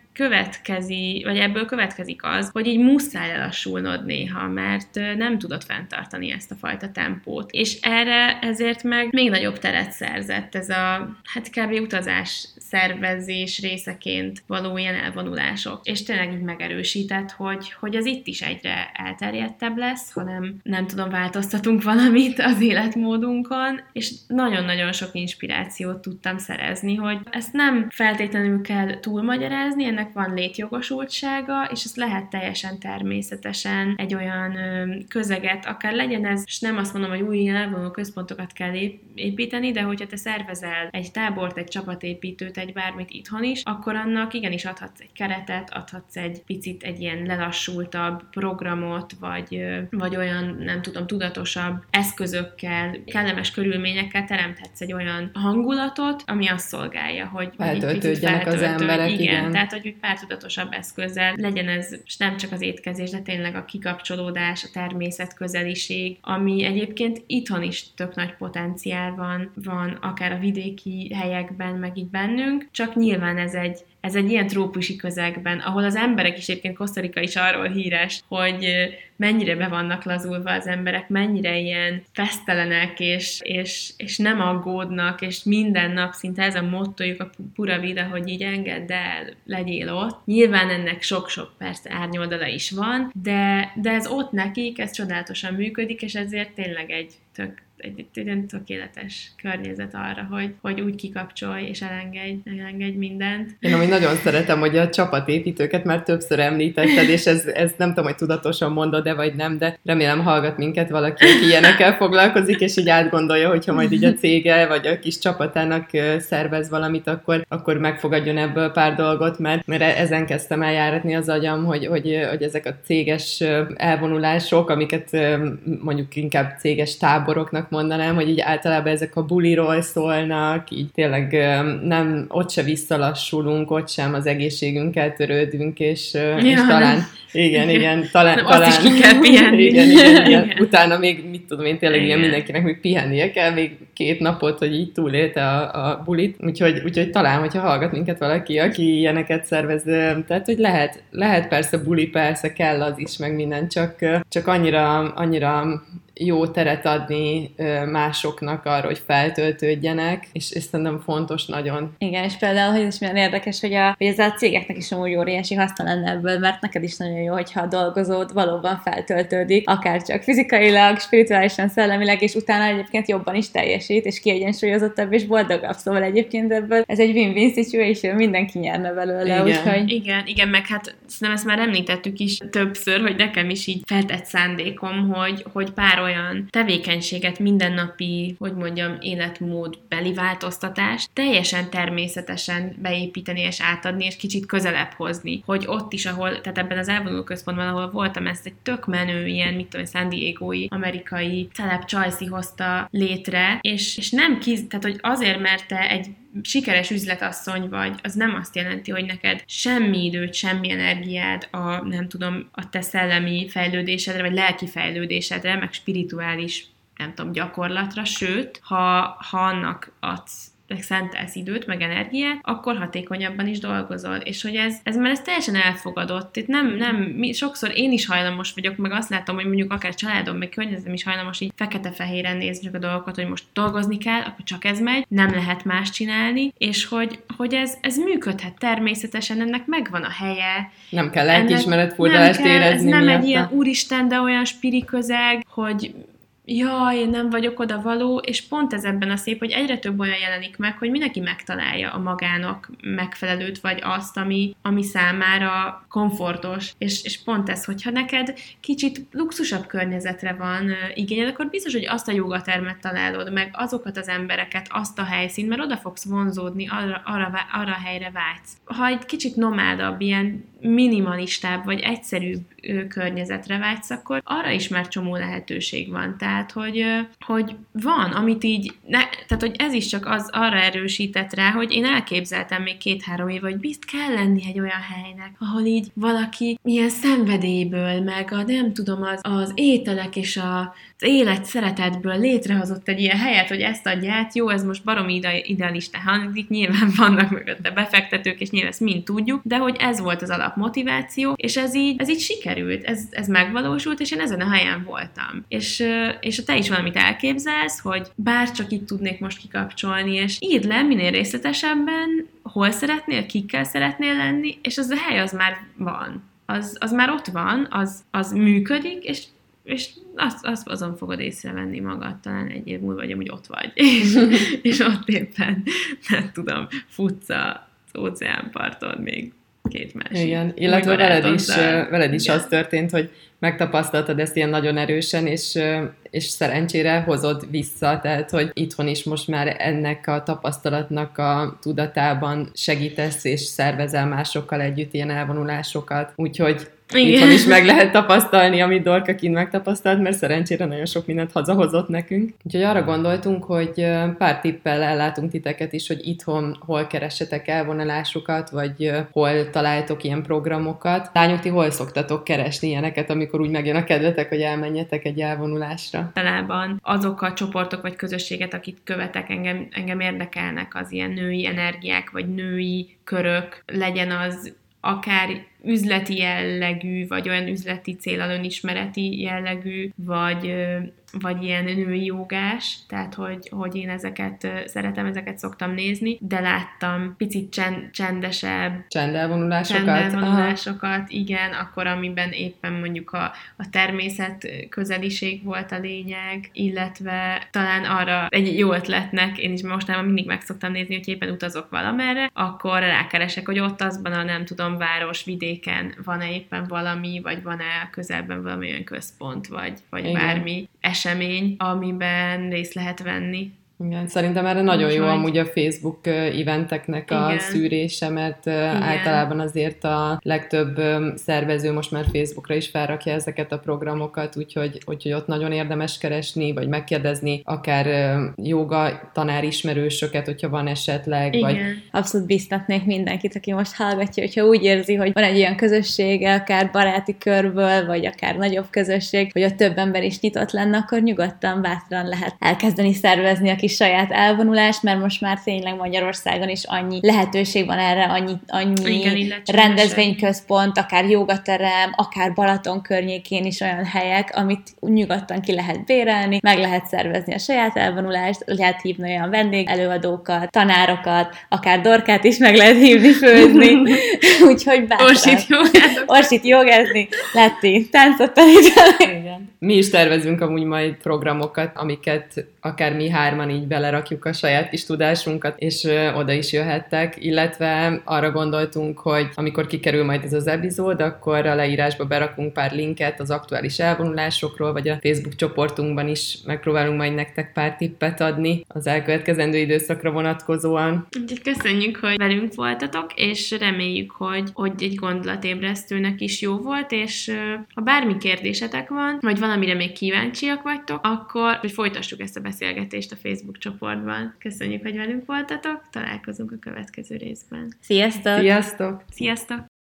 ebből következik az, hogy így muszáj lelassulnod néha, mert nem tudod fenntartani ezt a fajta tempót. És ezért meg még nagyobb teret szerzett ez a, hát kb. Utazás szervezés részeként való ilyen elvonulások. És tényleg így megerősített, hogy ez itt is egyre elterjedtebb lesz, hanem nem tudom, változtatunk valamit az életmódunkon, és nagyon-nagyon sok inspirációt tudtam szerezni, hogy ezt nem feltétlenül kell túlmagyarázni, ennek van létjogosultsága, és ezt lehet teljesen természetesen egy olyan közeget, akár legyen ez, és nem azt mondom, hogy új elvonuló központokat kell építeni, de hogyha te szervezel egy tábort, egy csapatépítőt, egy bármit itthon is, akkor annak igenis adhatsz egy keretet, adhatsz egy picit egy ilyen lelassultabb programot, vagy olyan, nem tudom, tudatosabb eszközökkel, kellemes körülményekkel teremthetsz egy olyan hangulatot, ami azt szolgálja, hogy feltöltődjenek az emberek, igen. Tehát, hogy pár tudatosabb eszközzel legyen ez, és nem csak az étkezés, de tényleg a kikapcsolódás, a természetközeliség, ami egyébként itthon is tök nagy potenciál van akár a vidéki helyekben, meg itt bennünk, csak nyilván ez egy ilyen trópusi közegben, ahol az emberek is, egyébként Costa Rica is arról híres, hogy mennyire be vannak lazulva az emberek, mennyire ilyen fesztelenek, és nem aggódnak, és minden nap szinte ez a mottojuk, a pura vida, hogy így engedd el, legyél ott. Nyilván ennek sok-sok persze árnyoldala is van, de ez ott nekik, ez csodálatosan működik, és ezért tényleg egy tökéletes környezet arra, hogy úgy kikapcsolj és elengedj mindent. Én amúgy nagyon szeretem, hogy a csapatépítőket már többször említetted, és ez nem tudom, hogy tudatosan mondod-e vagy nem, de remélem hallgat minket valaki, aki ilyenekkel foglalkozik, és így átgondolja, hogyha majd így a cége vagy a kis csapatának szervez valamit, akkor megfogadjon ebből pár dolgot, mert ezen kezdtem eljáratni az agyam, hogy ezek a céges elvonulások, amiket mondjuk inkább céges táboroknak dolognak mondanám, hogy így általában ezek a buliról szólnak, így tényleg nem, ott se visszalassulunk, ott sem az egészségünkkel törődünk, és talán, igen, talán... Azt is ki kell pihenni. Igen. Utána még, mit tudom én, tényleg ilyen mindenkinek még pihennie kell, még 2 napot, hogy így túlélte a bulit. Úgyhogy talán, hogyha hallgat minket valaki, aki ilyeneket szervez, tehát, hogy lehet persze buli, persze kell az is, meg minden, csak annyira jó teret adni másoknak arra, hogy feltöltődjenek, és szerintem fontos nagyon. Igen, és például, hogy is milyen érdekes, hogy ez a cégeknek is amúgy óriási haszna lenne ebből, mert neked is nagyon jó, hogyha a dolgozód valóban feltöltődik, akár csak fizikailag, spirituálisan, szellemileg, és utána egyébként jobban is teljesít, és kiegyensúlyozottabb és boldogabb. Szóval egyébként ebből ez egy win-win situation, mindenki nyerne belőle. Úgyhogy... Igen, meg hát szerintem ezt már említettük is többször, hogy nekem is így feltett szándékom, hogy pár olyan tevékenységet, mindennapi, hogy mondjam, életmód beli változtatást teljesen természetesen beépíteni és átadni, és kicsit közelebb hozni. Hogy ott is, tehát ebben az elvonuló központban, ahol voltam, ezt egy tök menő ilyen, mit tudom, San Diego-i, amerikai celeb csajszi hozta létre, és nem tehát hogy azért, mert te egy sikeres üzletasszony vagy, az nem azt jelenti, hogy neked semmi időt, semmi energiád a te szellemi fejlődésedre, vagy lelki fejlődésedre, meg spirituális, nem tudom, gyakorlatra, sőt, ha annak adsz, meg szentelsz időt, meg energiát, akkor hatékonyabban is dolgozol. És hogy ez teljesen elfogadott. Itt sokszor én is hajlamos vagyok, meg azt látom, hogy mondjuk akár családom, meg környezetem is hajlamos így fekete-fehéren nézni a dolgokat, hogy most dolgozni kell, akkor csak ez megy, nem lehet más csinálni, és hogy ez működhet természetesen, ennek megvan a helye. Nem kell lelkiismeretfordulást érezni. Ez nem egy ilyen úristen, de olyan spiri közeg, hogy jaj, én nem vagyok oda való, és pont ez ebben a szép, hogy egyre több olyan jelenik meg, hogy mindenki megtalálja a magának megfelelőt, vagy azt, ami számára komfortos, és pont ez, hogyha neked kicsit luxusabb környezetre van igényed, akkor biztos, hogy azt a jogatermet találod, meg azokat az embereket, azt a helyszínt, mert oda fogsz vonzódni, arra a helyre vágysz. Ha egy kicsit nomádabb, ilyen minimalistább, vagy egyszerűbb környezetre vágysz, akkor arra is már csomó lehetőség van. Tehát, hogy van, amit így, tehát, hogy ez is csak arra erősített rá, hogy én elképzeltem még 2-3 év, hogy bizt kell lenni egy olyan helynek, ahol így valaki ilyen szenvedélyből, meg nem tudom, az ételek és az élet szeretetből létrehozott egy ilyen helyet, hogy ezt adja át, jó, ez most baromi idealista hangzik, nyilván vannak mögötte befektetők, és nyilván ezt mind tudjuk, de hogy ez volt az alapmotiváció, és ez így sikerült, ez megvalósult, és én ezen a helyen voltam. És ha te is valamit elképzelsz, hogy bárcsak itt tudnék most kikapcsolni, és írd le minél részletesebben, hol szeretnél, kikkel szeretnél lenni, és az a hely az már van. Az már ott van, az működik, és azon fogod észrevenni magad, talán 1 év múlva, vagy amúgy ott vagy. és ott éppen, nem tudom, futsz az óceánparton még 2 másik. Igen, illetve veled is az történt, hogy megtapasztaltad ezt ilyen nagyon erősen, és szerencsére hozod vissza, tehát, hogy itthon is most már ennek a tapasztalatnak a tudatában segítesz, és szervezel másokkal együtt ilyen elvonulásokat. Úgyhogy itthon is meg lehet tapasztalni, amit Dorka kint megtapasztalt, mert szerencsére nagyon sok mindent hazahozott nekünk. Úgyhogy arra gondoltunk, hogy pár tippel ellátunk titeket is, hogy itthon hol keressetek elvonulásokat, vagy hol találtok ilyen programokat. Lányok, ti hol szoktatok keresni ilyeneket, amikor úgy megjön a kedvetek, hogy elmenjetek egy elvonulásra? Talában azok a csoportok vagy közösséget, akit követek, engem érdekelnek az ilyen női energiák, vagy női körök, legyen az akár üzleti jellegű, vagy olyan üzleti céllal önismereti jellegű, vagy ilyen női jogás, tehát hogy én ezeket szeretem, ezeket szoktam nézni, de láttam picit csendesebb csendelvonulásokat, igen, akkor amiben éppen mondjuk a természet közeliség volt a lényeg, illetve talán arra egy jó ötletnek, én is mostanában mindig meg szoktam nézni, hogy éppen utazok valamerre, akkor rákeresek, hogy ott azban a nem tudom, város, vidéken van-e éppen valami, vagy van-e közelben valami olyan központ, vagy bármi esemény, amiben részt lehet venni. Igen, szerintem erre nagyon jó amúgy a Facebook eventeknek a szűrése, mert általában azért a legtöbb szervező most már Facebookra is felrakja ezeket a programokat, úgyhogy ott nagyon érdemes keresni, vagy megkérdezni akár jóga tanárismerősöket, hogyha van esetleg. Igen. Vagy... Abszolút biztatnék mindenkit, aki most hallgatja, hogyha úgy érzi, hogy van egy olyan közössége, akár baráti körből, vagy akár nagyobb közösség, hogy ott több ember is nyitott lenne, akkor nyugodtan, bátran lehet elkezdeni szervezni a kis saját elvonulást, mert most már tényleg Magyarországon is annyi lehetőség van erre, annyi rendezvényközpont, akár jogaterem, akár Balaton környékén is olyan helyek, amit nyugodtan ki lehet bérelni, meg lehet szervezni a saját elvonulást, lehet hívni olyan vendégelőadókat, tanárokat, akár Dorkát is meg lehet hívni főzni, úgyhogy bátran. Orsit jogázni, Letti táncot tanítani. Mi is tervezünk amúgy majd programokat, amiket akár mi hárman így belerakjuk a saját kis tudásunkat, és oda is jöhettek, illetve arra gondoltunk, hogy amikor kikerül majd ez az epizód, akkor a leírásba berakunk pár linket az aktuális elvonulásokról, vagy a Facebook csoportunkban is megpróbálunk majd nektek pár tippet adni az elkövetkezendő időszakra vonatkozóan. Úgyhogy köszönjük, hogy velünk voltatok, és reméljük, hogy egy gondolatébresztőnek is jó volt, és ha bármi kérdésetek van, vagy valamire még kíváncsiak vagytok, akkor hogy folytassuk ezt a beszélgetést a Facebook csoportban. Köszönjük, hogy velünk voltatok, találkozunk a következő részben. Sziasztok! Sziasztok! Sziasztok!